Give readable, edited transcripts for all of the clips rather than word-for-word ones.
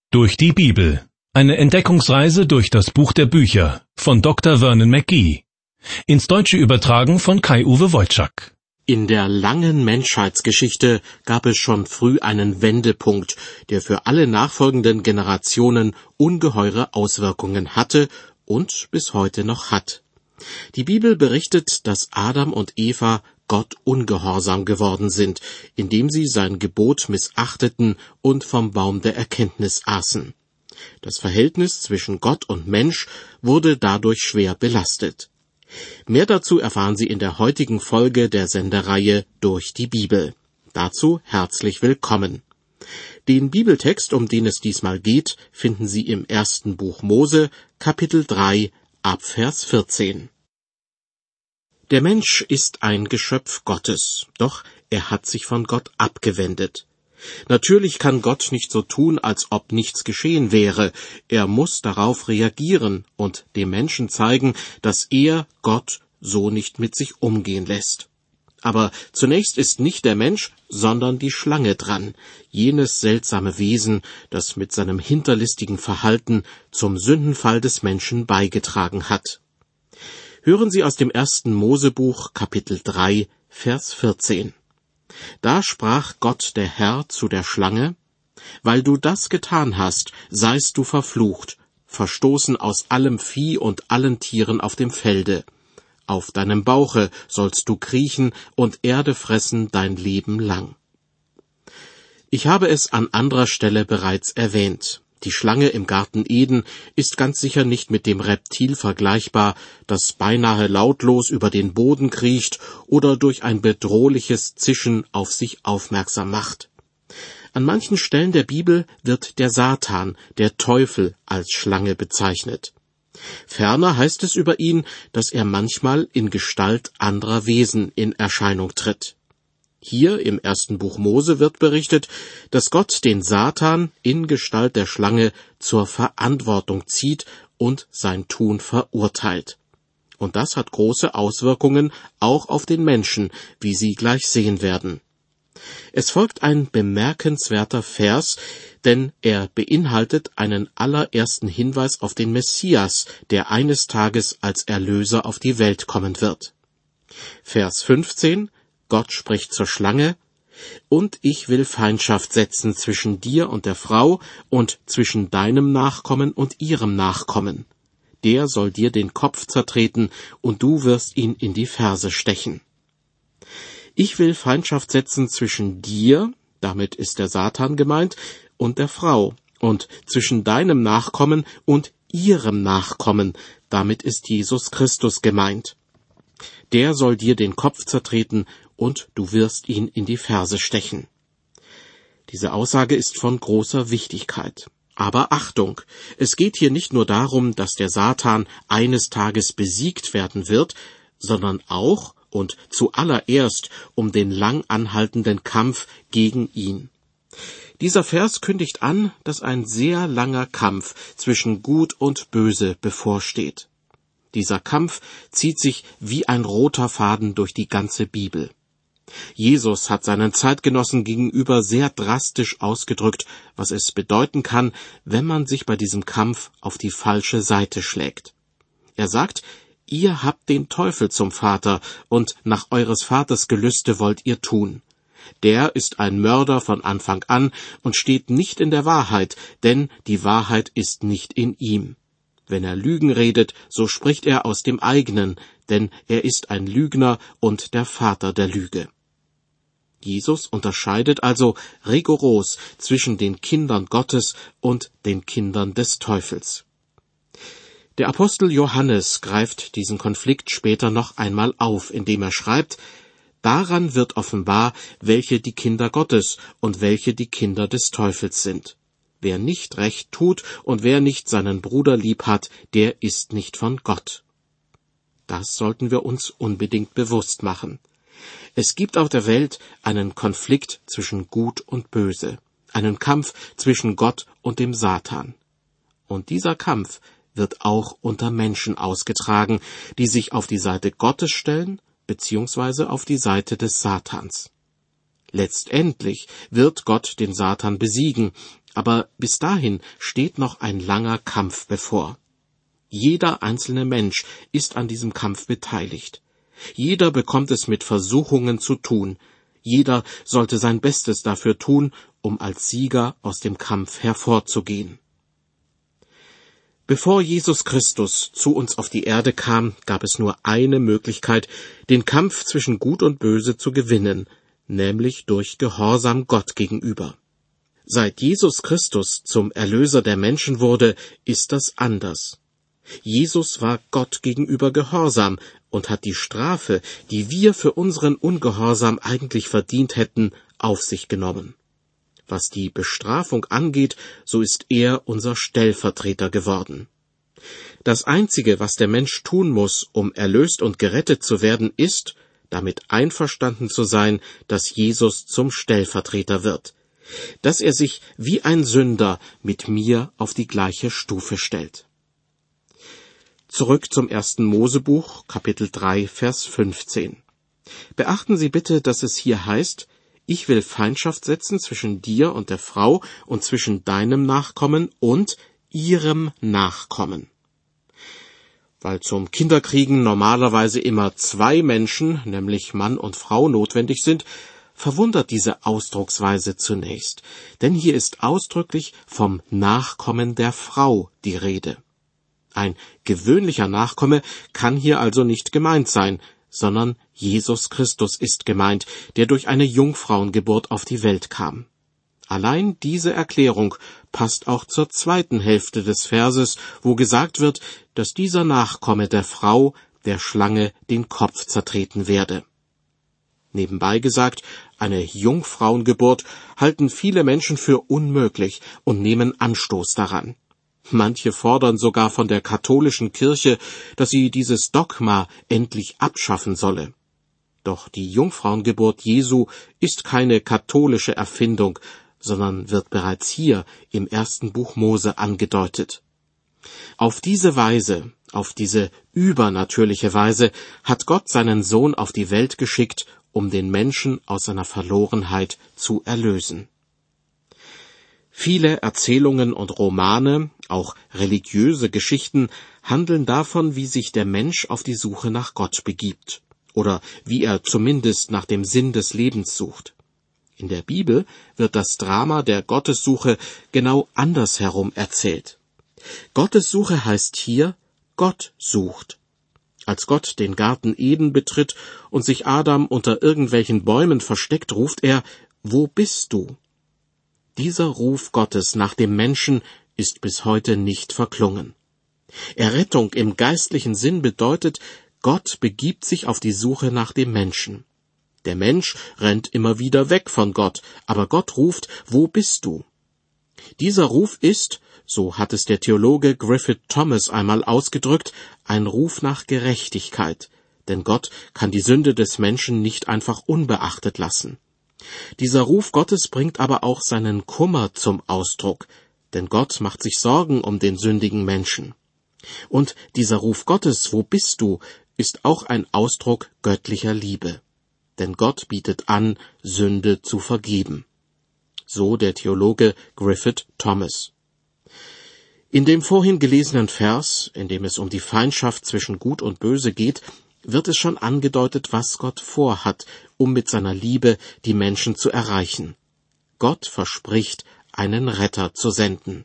Durch die Bibel. Eine Entdeckungsreise durch das Buch der Bücher von Dr. Vernon McGee. Ins Deutsche übertragen von Kai-Uwe Wojczak. In der langen Menschheitsgeschichte gab es schon früh einen Wendepunkt, der für alle nachfolgenden Generationen ungeheure Auswirkungen hatte und bis heute noch hat. Die Bibel berichtet, dass Adam und Eva Gott ungehorsam geworden sind, indem sie sein Gebot missachteten und vom Baum der Erkenntnis aßen. Das Verhältnis zwischen Gott und Mensch wurde dadurch schwer belastet. Mehr dazu erfahren Sie in der heutigen Folge der Sendereihe Durch die Bibel. Dazu herzlich willkommen. Den Bibeltext, um den es diesmal geht, finden Sie im 1. Buch Mose, Kapitel 3, ab Vers 14. Der Mensch ist ein Geschöpf Gottes, doch er hat sich von Gott abgewendet. Natürlich kann Gott nicht so tun, als ob nichts geschehen wäre. Er muss darauf reagieren und dem Menschen zeigen, dass er, Gott, so nicht mit sich umgehen lässt. Aber zunächst ist nicht der Mensch, sondern die Schlange dran, jenes seltsame Wesen, das mit seinem hinterlistigen Verhalten zum Sündenfall des Menschen beigetragen hat. Hören Sie aus dem 1. Mosebuch, Kapitel 3, Vers 14. Da sprach Gott der Herr zu der Schlange: Weil du das getan hast, seist du verflucht, verstoßen aus allem Vieh und allen Tieren auf dem Felde. Auf deinem Bauche sollst du kriechen und Erde fressen dein Leben lang. Ich habe es an anderer Stelle bereits erwähnt. Die Schlange im Garten Eden ist ganz sicher nicht mit dem Reptil vergleichbar, das beinahe lautlos über den Boden kriecht oder durch ein bedrohliches Zischen auf sich aufmerksam macht. An manchen Stellen der Bibel wird der Satan, der Teufel, als Schlange bezeichnet. Ferner heißt es über ihn, dass er manchmal in Gestalt anderer Wesen in Erscheinung tritt. Hier im 1. Buch Mose wird berichtet, dass Gott den Satan in Gestalt der Schlange zur Verantwortung zieht und sein Tun verurteilt. Und das hat große Auswirkungen auch auf den Menschen, wie Sie gleich sehen werden. Es folgt ein bemerkenswerter Vers, denn er beinhaltet einen allerersten Hinweis auf den Messias, der eines Tages als Erlöser auf die Welt kommen wird. Vers 15: Gott spricht zur Schlange: Und ich will Feindschaft setzen zwischen dir und der Frau und zwischen deinem Nachkommen und ihrem Nachkommen. Der soll dir den Kopf zertreten, und du wirst ihn in die Ferse stechen. Ich will Feindschaft setzen zwischen dir, damit ist der Satan gemeint, und der Frau, und zwischen deinem Nachkommen und ihrem Nachkommen, damit ist Jesus Christus gemeint. Der soll dir den Kopf zertreten, und du wirst ihn in die Ferse stechen. Diese Aussage ist von großer Wichtigkeit. Aber Achtung, es geht hier nicht nur darum, dass der Satan eines Tages besiegt werden wird, sondern auch und zuallererst um den lang anhaltenden Kampf gegen ihn. Dieser Vers kündigt an, dass ein sehr langer Kampf zwischen Gut und Böse bevorsteht. Dieser Kampf zieht sich wie ein roter Faden durch die ganze Bibel. Jesus hat seinen Zeitgenossen gegenüber sehr drastisch ausgedrückt, was es bedeuten kann, wenn man sich bei diesem Kampf auf die falsche Seite schlägt. Er sagt: Ihr habt den Teufel zum Vater, und nach eures Vaters Gelüste wollt ihr tun. Der ist ein Mörder von Anfang an und steht nicht in der Wahrheit, denn die Wahrheit ist nicht in ihm. Wenn er Lügen redet, so spricht er aus dem eigenen, denn er ist ein Lügner und der Vater der Lüge. Jesus unterscheidet also rigoros zwischen den Kindern Gottes und den Kindern des Teufels. Der Apostel Johannes greift diesen Konflikt später noch einmal auf, indem er schreibt: Daran wird offenbar, welche die Kinder Gottes und welche die Kinder des Teufels sind. Wer nicht recht tut und wer nicht seinen Bruder lieb hat, der ist nicht von Gott. Das sollten wir uns unbedingt bewusst machen. Es gibt auf der Welt einen Konflikt zwischen Gut und Böse, einen Kampf zwischen Gott und dem Satan. Und dieser Kampf wird auch unter Menschen ausgetragen, die sich auf die Seite Gottes stellen, beziehungsweise auf die Seite des Satans. Letztendlich wird Gott den Satan besiegen, Aber bis dahin steht noch ein langer Kampf bevor. Jeder einzelne Mensch ist an diesem Kampf beteiligt. Jeder bekommt es mit Versuchungen zu tun. Jeder sollte sein Bestes dafür tun, um als Sieger aus dem Kampf hervorzugehen. Bevor Jesus Christus zu uns auf die Erde kam, gab es nur eine Möglichkeit, den Kampf zwischen Gut und Böse zu gewinnen, nämlich durch Gehorsam Gott gegenüber. Seit Jesus Christus zum Erlöser der Menschen wurde, ist das anders. Jesus war Gott gegenüber gehorsam und hat die Strafe, die wir für unseren Ungehorsam eigentlich verdient hätten, auf sich genommen. Was die Bestrafung angeht, so ist er unser Stellvertreter geworden. Das Einzige, was der Mensch tun muss, um erlöst und gerettet zu werden, ist, damit einverstanden zu sein, dass Jesus zum Stellvertreter wird, dass er sich wie ein Sünder mit mir auf die gleiche Stufe stellt. Zurück zum 1. Mosebuch, Kapitel 3, Vers 15. Beachten Sie bitte, dass es hier heißt, ich will Feindschaft setzen zwischen dir und der Frau und zwischen deinem Nachkommen und ihrem Nachkommen. Weil zum Kinderkriegen normalerweise immer 2 Menschen, nämlich Mann und Frau, notwendig sind, verwundert diese Ausdrucksweise zunächst, denn hier ist ausdrücklich vom Nachkommen der Frau die Rede. Ein gewöhnlicher Nachkomme kann hier also nicht gemeint sein, sondern Jesus Christus ist gemeint, der durch eine Jungfrauengeburt auf die Welt kam. Allein diese Erklärung passt auch zur zweiten Hälfte des Verses, wo gesagt wird, dass dieser Nachkomme der Frau der Schlange den Kopf zertreten werde. Nebenbei gesagt, eine Jungfrauengeburt halten viele Menschen für unmöglich und nehmen Anstoß daran. Manche fordern sogar von der katholischen Kirche, dass sie dieses Dogma endlich abschaffen solle. Doch die Jungfrauengeburt Jesu ist keine katholische Erfindung, sondern wird bereits hier im 1. Buch Mose angedeutet. Auf diese Weise, auf diese übernatürliche Weise, hat Gott seinen Sohn auf die Welt geschickt, um den Menschen aus seiner Verlorenheit zu erlösen. Viele Erzählungen und Romane, auch religiöse Geschichten, handeln davon, wie sich der Mensch auf die Suche nach Gott begibt, oder wie er zumindest nach dem Sinn des Lebens sucht. In der Bibel wird das Drama der Gottessuche genau andersherum erzählt. Gottessuche heißt hier, Gott sucht. Als Gott den Garten Eden betritt und sich Adam unter irgendwelchen Bäumen versteckt, ruft er, »Wo bist du?« Dieser Ruf Gottes nach dem Menschen ist bis heute nicht verklungen. Errettung im geistlichen Sinn bedeutet, Gott begibt sich auf die Suche nach dem Menschen. Der Mensch rennt immer wieder weg von Gott, aber Gott ruft, »Wo bist du?« Dieser Ruf ist, so hat es der Theologe Griffith Thomas einmal ausgedrückt, ein Ruf nach Gerechtigkeit, denn Gott kann die Sünde des Menschen nicht einfach unbeachtet lassen. Dieser Ruf Gottes bringt aber auch seinen Kummer zum Ausdruck, denn Gott macht sich Sorgen um den sündigen Menschen. Und dieser Ruf Gottes, »Wo bist du?« ist auch ein Ausdruck göttlicher Liebe. Denn Gott bietet an, Sünde zu vergeben. So der Theologe Griffith Thomas. In dem vorhin gelesenen Vers, in dem es um die Feindschaft zwischen Gut und Böse geht, wird es schon angedeutet, was Gott vorhat, um mit seiner Liebe die Menschen zu erreichen. Gott verspricht, einen Retter zu senden.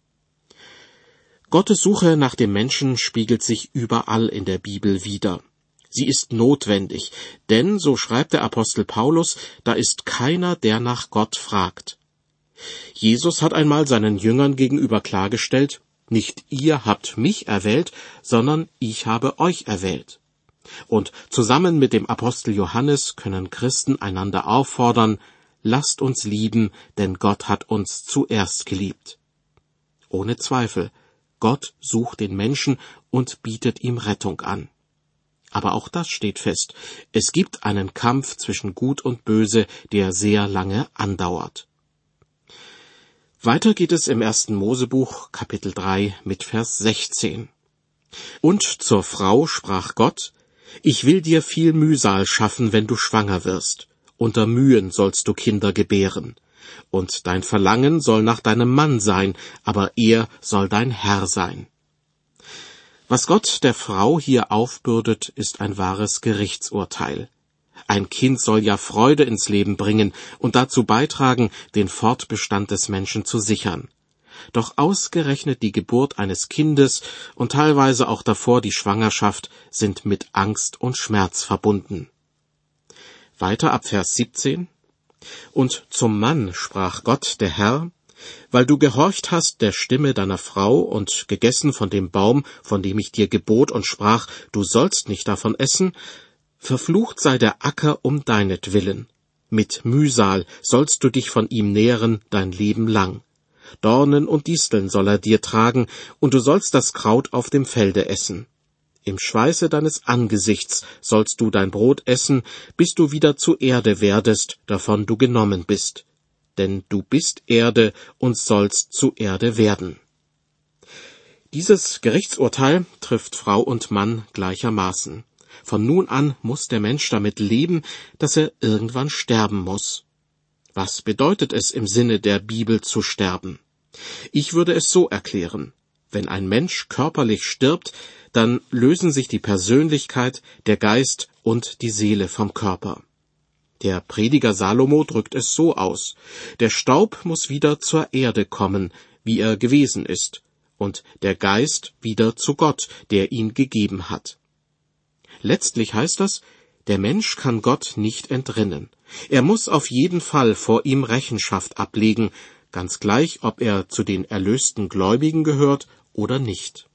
Gottes Suche nach dem Menschen spiegelt sich überall in der Bibel wider. Sie ist notwendig, denn, so schreibt der Apostel Paulus, da ist keiner, der nach Gott fragt. Jesus hat einmal seinen Jüngern gegenüber klargestellt, nicht ihr habt mich erwählt, sondern ich habe euch erwählt. Und zusammen mit dem Apostel Johannes können Christen einander auffordern, lasst uns lieben, denn Gott hat uns zuerst geliebt. Ohne Zweifel, Gott sucht den Menschen und bietet ihm Rettung an. Aber auch das steht fest. Es gibt einen Kampf zwischen Gut und Böse, der sehr lange andauert. Weiter geht es im 1. Mosebuch, Kapitel 3, mit Vers 16. Und zur Frau sprach Gott, ich will dir viel Mühsal schaffen, wenn du schwanger wirst. Unter Mühen sollst du Kinder gebären. Und dein Verlangen soll nach deinem Mann sein, aber er soll dein Herr sein. Was Gott der Frau hier aufbürdet, ist ein wahres Gerichtsurteil. Ein Kind soll ja Freude ins Leben bringen und dazu beitragen, den Fortbestand des Menschen zu sichern. Doch ausgerechnet die Geburt eines Kindes und teilweise auch davor die Schwangerschaft sind mit Angst und Schmerz verbunden. Weiter ab Vers 17. Und zum Mann sprach Gott, der Herr: Weil du gehorcht hast der Stimme deiner Frau und gegessen von dem Baum, von dem ich dir gebot und sprach, du sollst nicht davon essen, verflucht sei der Acker um deinetwillen. Mit Mühsal sollst du dich von ihm nähren dein Leben lang. Dornen und Disteln soll er dir tragen, und du sollst das Kraut auf dem Felde essen. Im Schweiße deines Angesichts sollst du dein Brot essen, bis du wieder zu Erde werdest, davon du genommen bist. Denn du bist Erde und sollst zu Erde werden. Dieses Gerichtsurteil trifft Frau und Mann gleichermaßen. Von nun an muss der Mensch damit leben, dass er irgendwann sterben muss. Was bedeutet es im Sinne der Bibel zu sterben? Ich würde es so erklären: Wenn ein Mensch körperlich stirbt, dann lösen sich die Persönlichkeit, der Geist und die Seele vom Körper. Der Prediger Salomo drückt es so aus: Der Staub muss wieder zur Erde kommen, wie er gewesen ist, und der Geist wieder zu Gott, der ihn gegeben hat. Letztlich heißt das, der Mensch kann Gott nicht entrinnen. Er muss auf jeden Fall vor ihm Rechenschaft ablegen, ganz gleich, ob er zu den erlösten Gläubigen gehört oder nicht.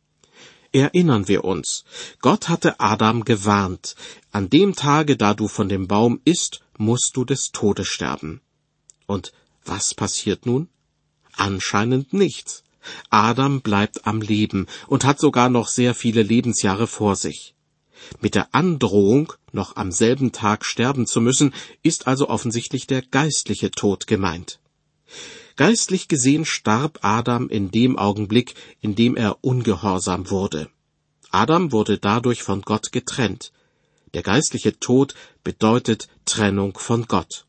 Erinnern wir uns, Gott hatte Adam gewarnt: An dem Tage, da du von dem Baum isst, musst du des Todes sterben. Und was passiert nun? Anscheinend nichts. Adam bleibt am Leben und hat sogar noch sehr viele Lebensjahre vor sich. Mit der Androhung, noch am selben Tag sterben zu müssen, ist also offensichtlich der geistliche Tod gemeint. Geistlich gesehen starb Adam in dem Augenblick, in dem er ungehorsam wurde. Adam wurde dadurch von Gott getrennt. Der geistliche Tod bedeutet Trennung von Gott.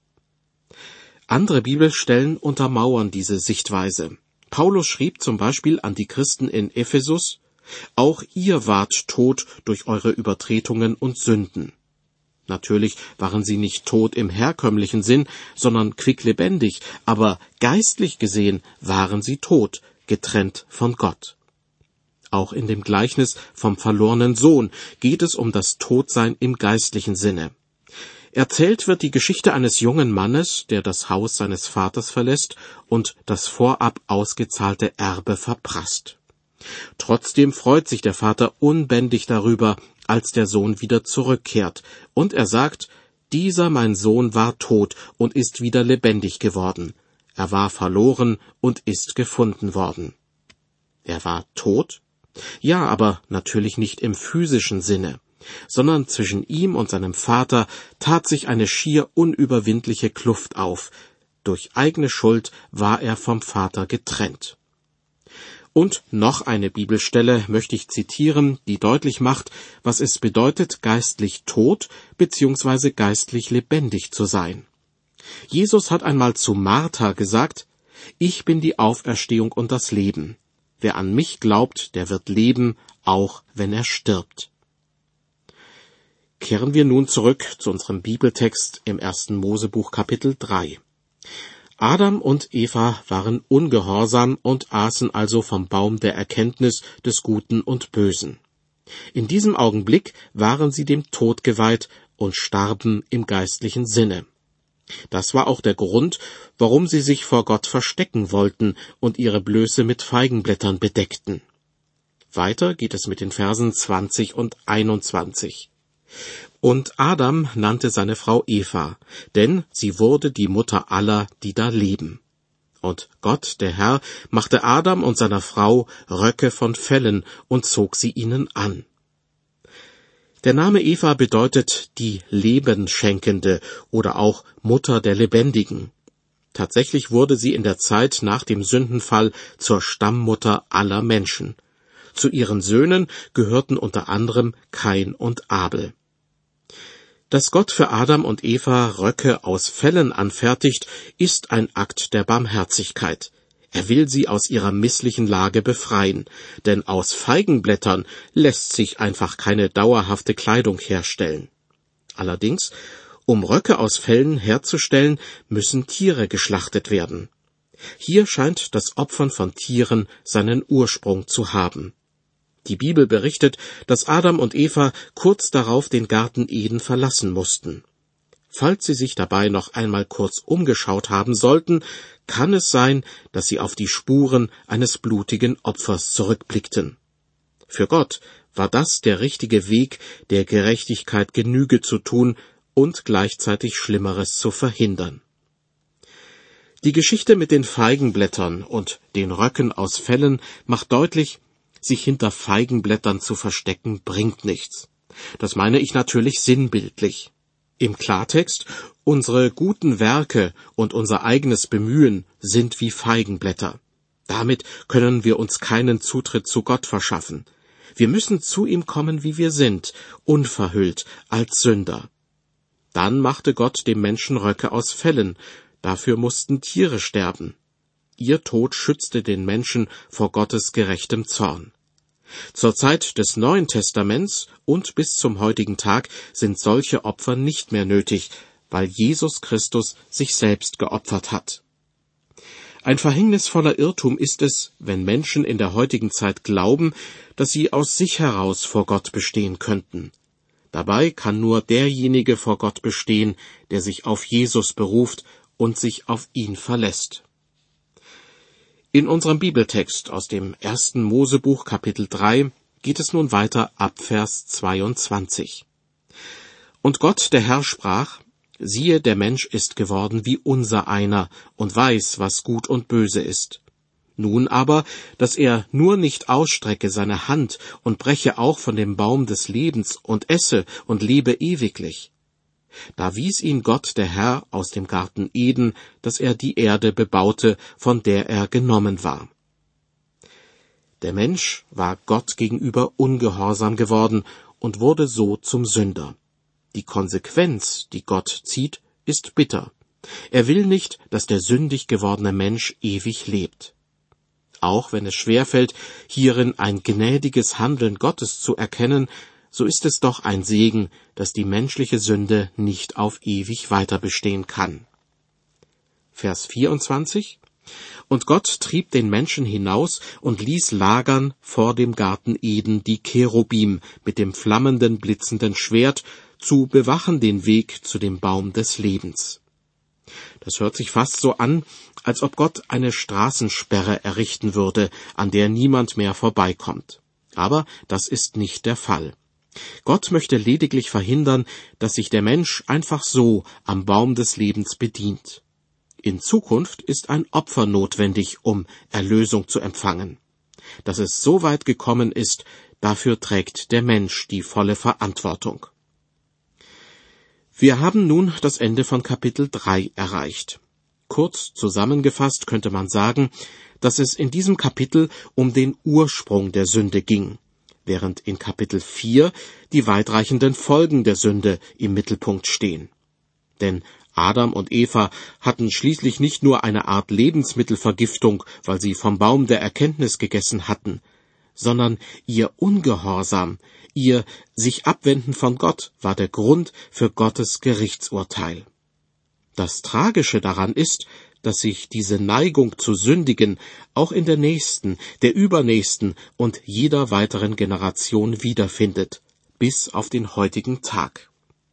Andere Bibelstellen untermauern diese Sichtweise. Paulus schrieb zum Beispiel an die Christen in Ephesus: Auch ihr wart tot durch eure Übertretungen und Sünden. Natürlich waren sie nicht tot im herkömmlichen Sinn, sondern quicklebendig, aber geistlich gesehen waren sie tot, getrennt von Gott. Auch in dem Gleichnis vom verlorenen Sohn geht es um das Todsein im geistlichen Sinne. Erzählt wird die Geschichte eines jungen Mannes, der das Haus seines Vaters verlässt und das vorab ausgezahlte Erbe verprasst. Trotzdem freut sich der Vater unbändig darüber, als der Sohn wieder zurückkehrt, und er sagt: Dieser mein Sohn war tot und ist wieder lebendig geworden. Er war verloren und ist gefunden worden. Er war tot? Ja, aber natürlich nicht im physischen Sinne, sondern zwischen ihm und seinem Vater tat sich eine schier unüberwindliche Kluft auf. Durch eigene Schuld war er vom Vater getrennt. Und noch eine Bibelstelle möchte ich zitieren, die deutlich macht, was es bedeutet, geistlich tot bzw. geistlich lebendig zu sein. Jesus hat einmal zu Martha gesagt: Ich bin die Auferstehung und das Leben. Wer an mich glaubt, der wird leben, auch wenn er stirbt. Kehren wir nun zurück zu unserem Bibeltext im 1. Mosebuch Kapitel 3. Adam und Eva waren ungehorsam und aßen also vom Baum der Erkenntnis des Guten und Bösen. In diesem Augenblick waren sie dem Tod geweiht und starben im geistlichen Sinne. Das war auch der Grund, warum sie sich vor Gott verstecken wollten und ihre Blöße mit Feigenblättern bedeckten. Weiter geht es mit den Versen 20 und 21. Und Adam nannte seine Frau Eva, denn sie wurde die Mutter aller, die da leben. Und Gott, der Herr, machte Adam und seiner Frau Röcke von Fellen und zog sie ihnen an. Der Name Eva bedeutet die Lebenschenkende oder auch Mutter der Lebendigen. Tatsächlich wurde sie in der Zeit nach dem Sündenfall zur Stammmutter aller Menschen. Zu ihren Söhnen gehörten unter anderem Kain und Abel. Dass Gott für Adam und Eva Röcke aus Fellen anfertigt, ist ein Akt der Barmherzigkeit. Er will sie aus ihrer misslichen Lage befreien, denn aus Feigenblättern lässt sich einfach keine dauerhafte Kleidung herstellen. Allerdings, um Röcke aus Fellen herzustellen, müssen Tiere geschlachtet werden. Hier scheint das Opfern von Tieren seinen Ursprung zu haben. Die Bibel berichtet, dass Adam und Eva kurz darauf den Garten Eden verlassen mussten. Falls Sie sich dabei noch einmal kurz umgeschaut haben sollten, kann es sein, dass Sie auf die Spuren eines blutigen Opfers zurückblickten. Für Gott war das der richtige Weg, der Gerechtigkeit Genüge zu tun und gleichzeitig Schlimmeres zu verhindern. Die Geschichte mit den Feigenblättern und den Röcken aus Fellen macht deutlich, sich hinter Feigenblättern zu verstecken, bringt nichts. Das meine ich natürlich sinnbildlich. Im Klartext, unsere guten Werke und unser eigenes Bemühen sind wie Feigenblätter. Damit können wir uns keinen Zutritt zu Gott verschaffen. Wir müssen zu ihm kommen, wie wir sind, unverhüllt, als Sünder. Dann machte Gott dem Menschen Röcke aus Fellen, dafür mussten Tiere sterben. Ihr Tod schützte den Menschen vor Gottes gerechtem Zorn. Zur Zeit des Neuen Testaments und bis zum heutigen Tag sind solche Opfer nicht mehr nötig, weil Jesus Christus sich selbst geopfert hat. Ein verhängnisvoller Irrtum ist es, wenn Menschen in der heutigen Zeit glauben, dass sie aus sich heraus vor Gott bestehen könnten. Dabei kann nur derjenige vor Gott bestehen, der sich auf Jesus beruft und sich auf ihn verlässt. In unserem Bibeltext aus dem 1. Mosebuch Kapitel 3 geht es nun weiter ab Vers 22. Und Gott, der Herr, sprach: Siehe, der Mensch ist geworden wie unser einer und weiß, was gut und böse ist. Nun aber, dass er nur nicht ausstrecke seine Hand und breche auch von dem Baum des Lebens und esse und lebe ewiglich. Da wies ihn Gott, der Herr, aus dem Garten Eden, dass er die Erde bebaute, von der er genommen war. Der Mensch war Gott gegenüber ungehorsam geworden und wurde so zum Sünder. Die Konsequenz, die Gott zieht, ist bitter. Er will nicht, dass der sündig gewordene Mensch ewig lebt. Auch wenn es schwerfällt, hierin ein gnädiges Handeln Gottes zu erkennen, so ist es doch ein Segen, dass die menschliche Sünde nicht auf ewig weiter bestehen kann. Vers 24: Und Gott trieb den Menschen hinaus und ließ lagern vor dem Garten Eden die Cherubim mit dem flammenden, blitzenden Schwert, zu bewachen den Weg zu dem Baum des Lebens. Das hört sich fast so an, als ob Gott eine Straßensperre errichten würde, an der niemand mehr vorbeikommt. Aber das ist nicht der Fall. Gott möchte lediglich verhindern, dass sich der Mensch einfach so am Baum des Lebens bedient. In Zukunft ist ein Opfer notwendig, um Erlösung zu empfangen. Dass es so weit gekommen ist, dafür trägt der Mensch die volle Verantwortung. Wir haben nun das Ende von Kapitel 3 erreicht. Kurz zusammengefasst könnte man sagen, dass es in diesem Kapitel um den Ursprung der Sünde ging, während in Kapitel 4 die weitreichenden Folgen der Sünde im Mittelpunkt stehen. Denn Adam und Eva hatten schließlich nicht nur eine Art Lebensmittelvergiftung, weil sie vom Baum der Erkenntnis gegessen hatten, sondern ihr Ungehorsam, ihr sich abwenden von Gott war der Grund für Gottes Gerichtsurteil. Das Tragische daran ist, dass sich diese Neigung zu sündigen auch in der nächsten, der übernächsten und jeder weiteren Generation wiederfindet, bis auf den heutigen Tag.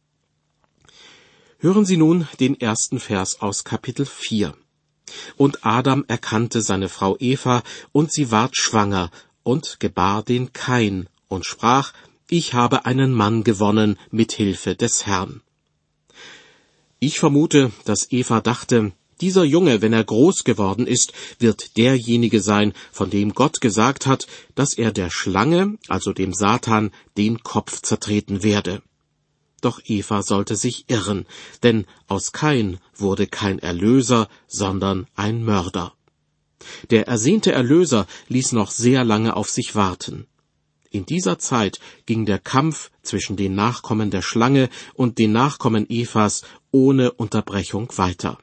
Hören Sie nun den ersten Vers aus Kapitel 4. Und Adam erkannte seine Frau Eva, und sie ward schwanger und gebar den Kain und sprach: Ich habe einen Mann gewonnen mit Hilfe des Herrn. Ich vermute, dass Eva dachte, dieser Junge, wenn er groß geworden ist, wird derjenige sein, von dem Gott gesagt hat, dass er der Schlange, also dem Satan, den Kopf zertreten werde. Doch Eva sollte sich irren, denn aus Kain wurde kein Erlöser, sondern ein Mörder. Der ersehnte Erlöser ließ noch sehr lange auf sich warten. In dieser Zeit ging der Kampf zwischen den Nachkommen der Schlange und den Nachkommen Evas ohne Unterbrechung weiter.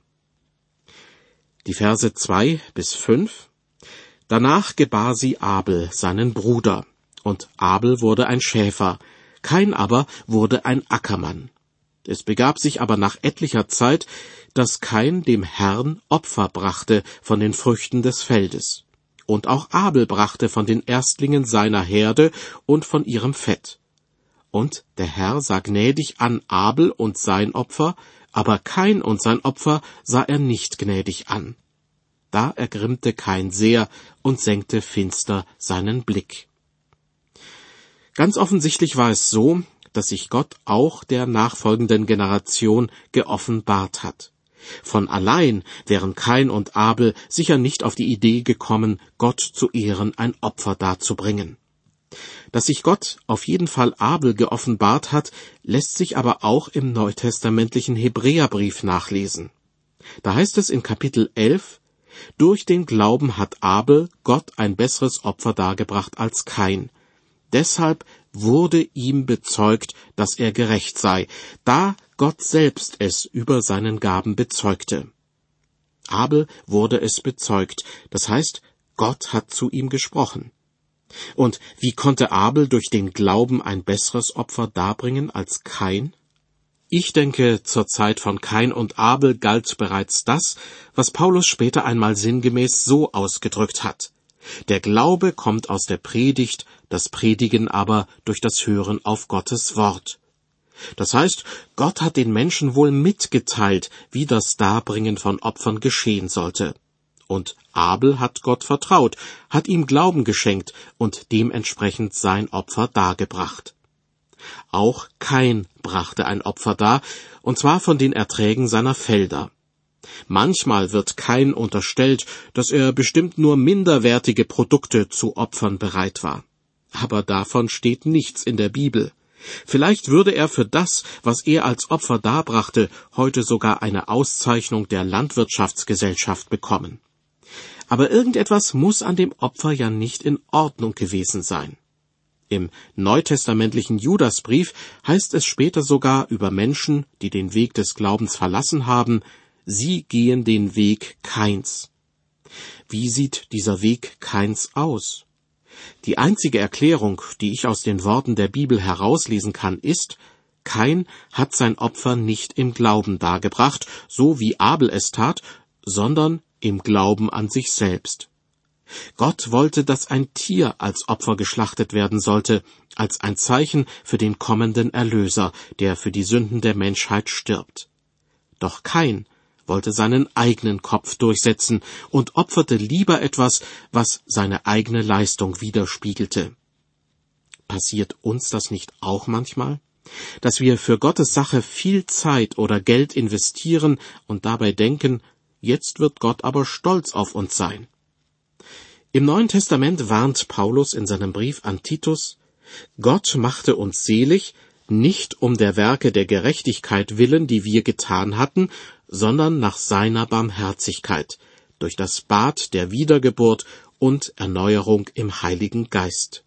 Die Verse 2-5: Danach gebar sie Abel, seinen Bruder, und Abel wurde ein Schäfer, Kain aber wurde ein Ackermann. Es begab sich aber nach etlicher Zeit, dass Kain dem Herrn Opfer brachte von den Früchten des Feldes. Und auch Abel brachte von den Erstlingen seiner Herde und von ihrem Fett. Und der Herr sah gnädig an Abel und sein Opfer, aber Kain und sein Opfer sah er nicht gnädig an. Da ergrimmte Kain sehr und senkte finster seinen Blick. Ganz offensichtlich war es so, dass sich Gott auch der nachfolgenden Generation geoffenbart hat. Von allein wären Kain und Abel sicher nicht auf die Idee gekommen, Gott zu Ehren ein Opfer darzubringen. Dass sich Gott auf jeden Fall Abel geoffenbart hat, lässt sich aber auch im neutestamentlichen Hebräerbrief nachlesen. Da heißt es in Kapitel 11: Durch den Glauben hat Abel Gott ein besseres Opfer dargebracht als Kain. Deshalb wurde ihm bezeugt, dass er gerecht sei, da Gott selbst es über seinen Gaben bezeugte. Abel wurde es bezeugt, das heißt, Gott hat zu ihm gesprochen. Und wie konnte Abel durch den Glauben ein besseres Opfer darbringen als Kain? Ich denke, zur Zeit von Kain und Abel galt bereits das, was Paulus später einmal sinngemäß so ausgedrückt hat: Der Glaube kommt aus der Predigt, das Predigen aber durch das Hören auf Gottes Wort. Das heißt, Gott hat den Menschen wohl mitgeteilt, wie das Darbringen von Opfern geschehen sollte. Und Abel hat Gott vertraut, hat ihm Glauben geschenkt und dementsprechend sein Opfer dargebracht. Auch Kain brachte ein Opfer dar, und zwar von den Erträgen seiner Felder. Manchmal wird Kain unterstellt, dass er bestimmt nur minderwertige Produkte zu Opfern bereit war. Aber davon steht nichts in der Bibel. Vielleicht würde er für das, was er als Opfer darbrachte, heute sogar eine Auszeichnung der Landwirtschaftsgesellschaft bekommen. Aber irgendetwas muss an dem Opfer ja nicht in Ordnung gewesen sein. Im neutestamentlichen Judasbrief heißt es später sogar über Menschen, die den Weg des Glaubens verlassen haben: Sie gehen den Weg Kains. Wie sieht dieser Weg Kains aus? Die einzige Erklärung, die ich aus den Worten der Bibel herauslesen kann, ist: Kain hat sein Opfer nicht im Glauben dargebracht, so wie Abel es tat, sondern im Glauben an sich selbst. Gott wollte, dass ein Tier als Opfer geschlachtet werden sollte, als ein Zeichen für den kommenden Erlöser, der für die Sünden der Menschheit stirbt. Doch Kain wollte seinen eigenen Kopf durchsetzen und opferte lieber etwas, was seine eigene Leistung widerspiegelte. Passiert uns das nicht auch manchmal? Dass wir für Gottes Sache viel Zeit oder Geld investieren und dabei denken, jetzt wird Gott aber stolz auf uns sein. Im Neuen Testament warnt Paulus in seinem Brief an Titus: Gott machte uns selig, nicht um der Werke der Gerechtigkeit willen, die wir getan hatten, sondern nach seiner Barmherzigkeit, durch das Bad der Wiedergeburt und Erneuerung im Heiligen Geist.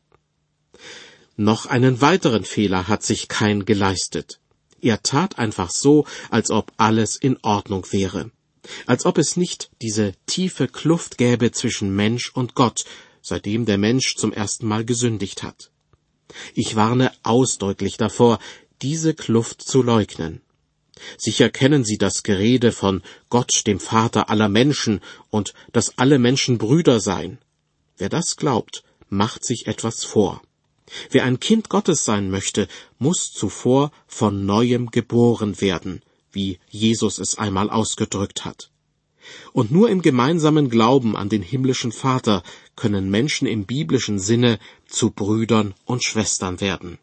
Noch einen weiteren Fehler hat sich Kain geleistet. Er tat einfach so, als ob alles in Ordnung wäre. Als ob es nicht diese tiefe Kluft gäbe zwischen Mensch und Gott, seitdem der Mensch zum ersten Mal gesündigt hat. Ich warne ausdrücklich davor, diese Kluft zu leugnen. Sicher kennen Sie das Gerede von Gott, dem Vater aller Menschen, und dass alle Menschen Brüder seien. Wer das glaubt, macht sich etwas vor. Wer ein Kind Gottes sein möchte, muss zuvor von Neuem geboren werden, wie Jesus es einmal ausgedrückt hat. Und nur im gemeinsamen Glauben an den himmlischen Vater können Menschen im biblischen Sinne zu Brüdern und Schwestern werden.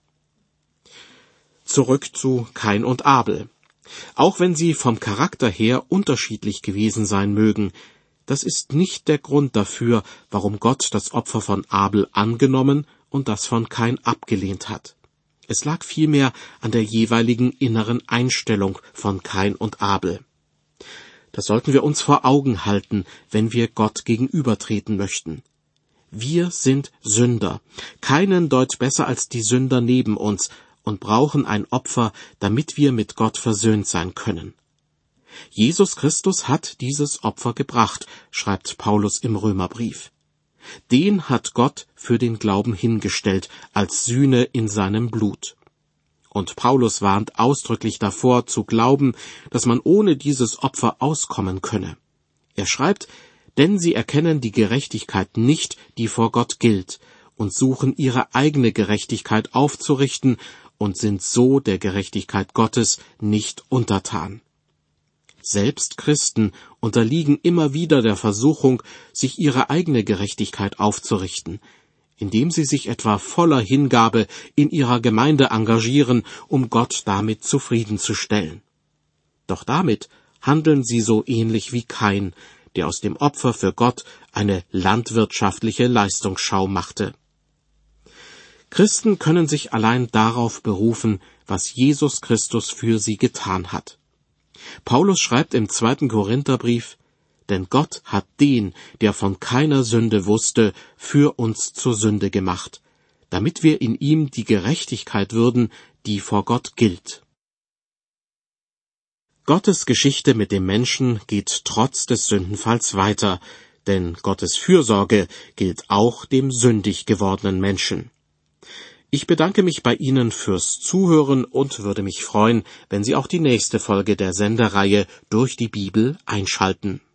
Zurück zu Kain und Abel. Auch wenn sie vom Charakter her unterschiedlich gewesen sein mögen, das ist nicht der Grund dafür, warum Gott das Opfer von Abel angenommen und das von Kain abgelehnt hat. Es lag vielmehr an der jeweiligen inneren Einstellung von Kain und Abel. Das sollten wir uns vor Augen halten, wenn wir Gott gegenübertreten möchten. Wir sind Sünder. Keinen Deut besser als die Sünder neben uns und brauchen ein Opfer, damit wir mit Gott versöhnt sein können. Jesus Christus hat dieses Opfer gebracht, schreibt Paulus im Römerbrief. Den hat Gott für den Glauben hingestellt, als Sühne in seinem Blut. Und Paulus warnt ausdrücklich davor, zu glauben, dass man ohne dieses Opfer auskommen könne. Er schreibt, denn sie erkennen die Gerechtigkeit nicht, die vor Gott gilt, und suchen ihre eigene Gerechtigkeit aufzurichten und sind so der Gerechtigkeit Gottes nicht untertan. Selbst Christen unterliegen immer wieder der Versuchung, sich ihre eigene Gerechtigkeit aufzurichten, indem sie sich etwa voller Hingabe in ihrer Gemeinde engagieren, um Gott damit zufriedenzustellen. Doch damit handeln sie so ähnlich wie Kain, der aus dem Opfer für Gott eine landwirtschaftliche Leistungsschau machte. Christen können sich allein darauf berufen, was Jesus Christus für sie getan hat. Paulus schreibt im 2. Korintherbrief, denn Gott hat den, der von keiner Sünde wusste, für uns zur Sünde gemacht, damit wir in ihm die Gerechtigkeit würden, die vor Gott gilt. Gottes Geschichte mit dem Menschen geht trotz des Sündenfalls weiter, denn Gottes Fürsorge gilt auch dem sündig gewordenen Menschen. Ich bedanke mich bei Ihnen fürs Zuhören und würde mich freuen, wenn Sie auch die nächste Folge der Sendereihe Durch die Bibel einschalten.